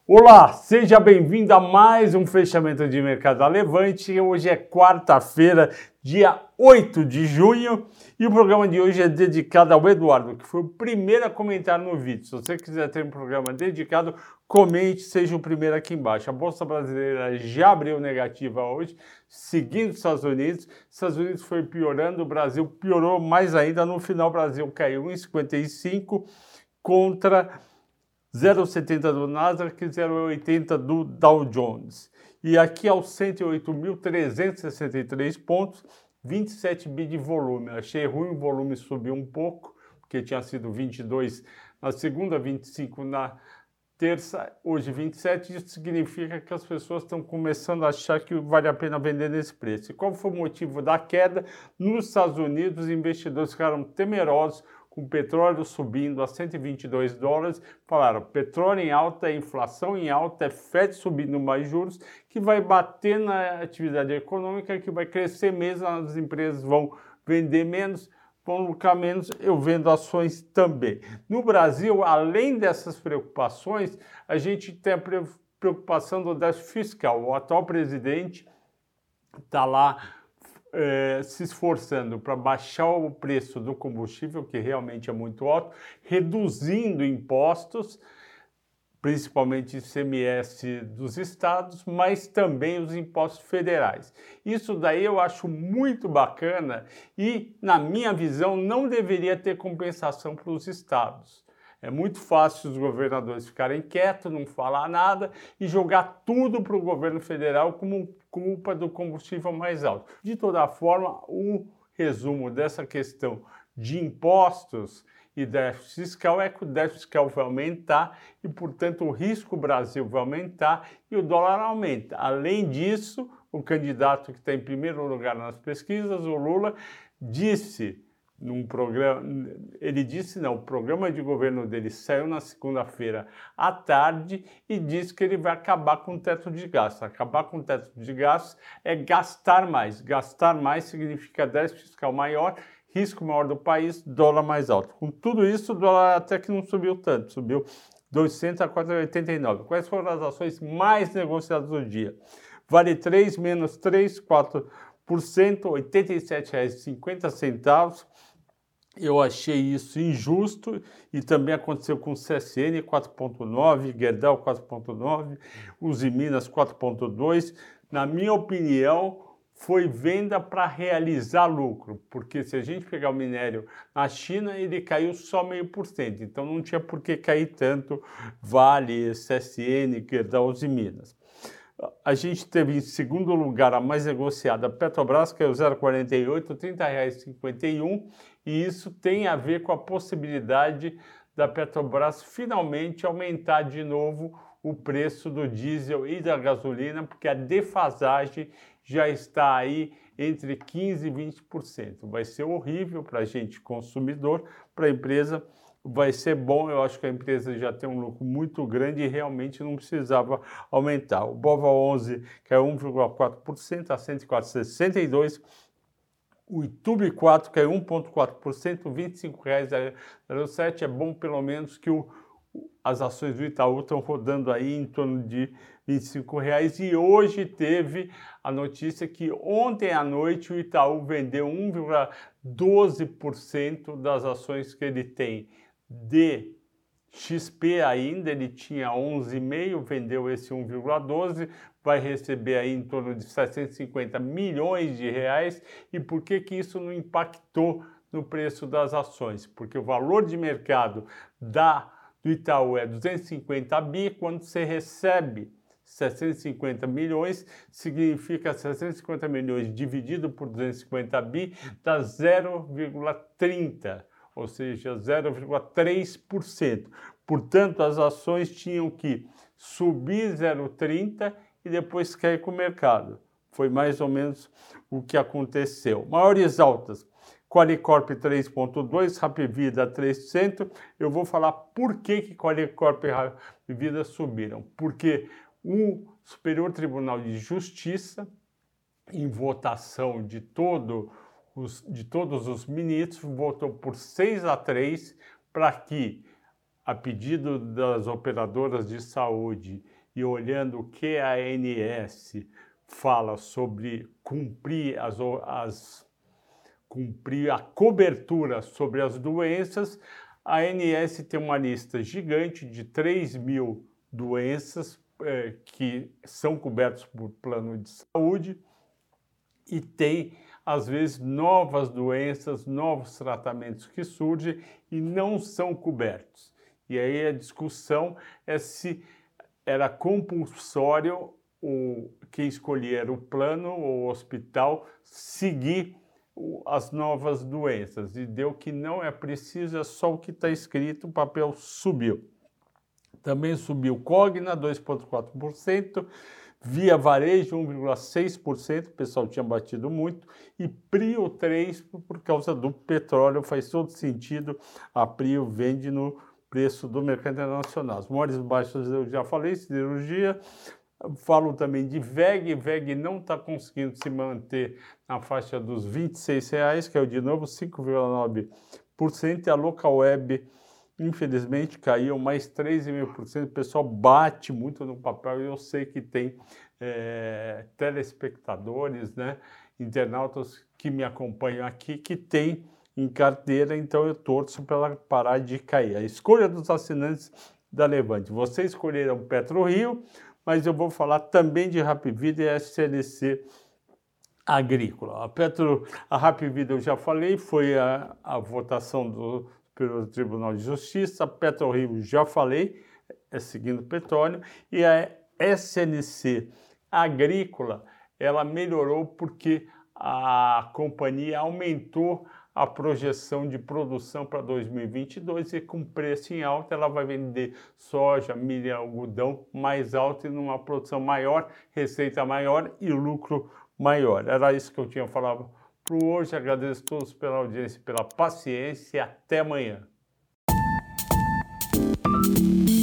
Olá, seja bem-vindo a mais um fechamento de mercado da Levante. Hoje é quarta-feira, dia 8 de junho, e o programa de hoje é dedicado ao Eduardo, que foi o primeiro a comentar no vídeo. Se você quiser ter um programa dedicado, comente, seja o primeiro aqui embaixo. A Bolsa Brasileira já abriu negativa hoje, seguindo os Estados Unidos. Estados Unidos foi piorando, o Brasil piorou mais ainda. No final, o Brasil caiu 1,55 contra 0,70 do Nasdaq e 0,80 do Dow Jones. E aqui aos 108.363 pontos, 27 bi de volume. Achei ruim, o volume subiu um pouco, porque tinha sido 22 na segunda, 25 na terça, hoje 27. Isso significa que as pessoas estão começando a achar que vale a pena vender nesse preço. E qual foi o motivo da queda? Nos Estados Unidos, os investidores ficaram temerosos com o petróleo subindo a 122 dólares, falaram, petróleo em alta, inflação em alta, FED subindo mais juros, que vai bater na atividade econômica, que vai crescer mesmo, as empresas vão vender menos, vão lucrar menos, eu vendo ações também. No Brasil, além dessas preocupações, a gente tem a preocupação do déficit fiscal. O atual presidente está lá se esforçando para baixar o preço do combustível, que realmente é muito alto, reduzindo impostos, principalmente ICMS dos estados, mas também os impostos federais. Isso daí eu acho muito bacana e, na minha visão, não deveria ter compensação para os estados. É muito fácil os governadores ficarem quietos, não falar nada e jogar tudo para o governo federal como culpa do combustível mais alto. De toda forma, o resumo dessa questão de impostos e déficit fiscal é que o déficit fiscal vai aumentar e, portanto, o risco Brasil vai aumentar e o dólar aumenta. Além disso, o candidato que está em primeiro lugar nas pesquisas, o Lula, disse num programa, o programa de governo dele saiu na segunda-feira à tarde e disse que ele vai acabar com o teto de gastos. Acabar com o teto de gastos é gastar mais. Gastar mais significa déficit fiscal maior, risco maior do país, dólar mais alto. Com tudo isso, o dólar até que não subiu tanto, subiu 200 a 4,89. Quais foram as ações mais negociadas do dia? Vale 3, menos 3, 4%, R$ 87,50. Eu achei isso injusto e também aconteceu com o CSN 4,9, Gerdau 4,9, Usiminas 4,2. Na minha opinião, foi venda para realizar lucro, porque se a gente pegar o minério na China, ele caiu só 0,5%, então não tinha por que cair tanto Vale, CSN, Gerdau, Usiminas. A gente teve em segundo lugar a mais negociada, Petrobras, caiu 0,48, R$ 30,51, e isso tem a ver com a possibilidade da Petrobras finalmente aumentar de novo o preço do diesel e da gasolina, porque a defasagem já está aí entre 15% e 20%. Vai ser horrível para a gente consumidor, para a empresa vai ser bom. Eu acho que a empresa já tem um lucro muito grande e realmente não precisava aumentar. O BOVA11 caiu 1,4% a 104,62. O Itube 4 caiu 1,4%, R$ 25,07. É bom pelo menos que as ações do Itaú estão rodando aí em torno de R$ 25,00. E hoje teve a notícia que ontem à noite o Itaú vendeu 1,12% das ações que ele tem de XP ainda. Ele tinha 11,5, vendeu esse 1,12, vai receber aí em torno de 750 milhões de reais. E por que que isso não impactou no preço das ações? Porque o valor de mercado do Itaú é 250 bi, quando você recebe 750 milhões, significa 750 milhões dividido por 250 bi, dá 0,30, ou seja, 0,3%. Portanto, as ações tinham que subir 0,30 e depois cair com o mercado. Foi mais ou menos o que aconteceu. Maiores altas: Qualicorp 3,2, Hapvida 3%. Eu vou falar por que Qualicorp e Hapvida subiram. Porque o Superior Tribunal de Justiça, em votação de todos os ministros, votou por 6-3 para que a pedido das operadoras de saúde e olhando o que a ANS fala sobre cumprir cumprir a cobertura sobre as doenças, a ANS tem uma lista gigante de 3.000 doenças que são cobertas por plano de saúde e tem, às vezes, novas doenças, novos tratamentos que surgem e não são cobertos. E aí a discussão é se era compulsório quem escolher o plano ou o hospital seguir as novas doenças. E deu que não é preciso, é só o que está escrito, o papel subiu. Também subiu Cogna, 2,4%, Via Varejo, 1,6%, o pessoal tinha batido muito, e Prio 3%, por causa do petróleo, faz todo sentido, a Prio vende no preço do mercado internacional. As maiores baixas eu já falei, siderurgia, falo também de VEG, VEG não está conseguindo se manter na faixa dos R$26, que é de novo 5,9%, e a Localweb, infelizmente, caiu mais 3,5%, o pessoal bate muito no papel e eu sei que tem telespectadores, né, internautas que me acompanham aqui, que tem em carteira, então eu torço para ela parar de cair. A escolha dos assinantes da Levante. Vocês escolheram PetroRio, mas eu vou falar também de Hapvida e SLC Agrícola. A Hapvida eu já falei, foi a votação pelo Tribunal de Justiça. A PetroRio já falei, é seguindo petróleo. E a SLC Agrícola, ela melhorou porque a companhia aumentou a projeção de produção para 2022 e com preço em alta ela vai vender soja, milho e algodão mais alto e numa produção maior, receita maior e lucro maior. Era isso que eu tinha falado por hoje. Agradeço a todos pela audiência, pela paciência e até amanhã.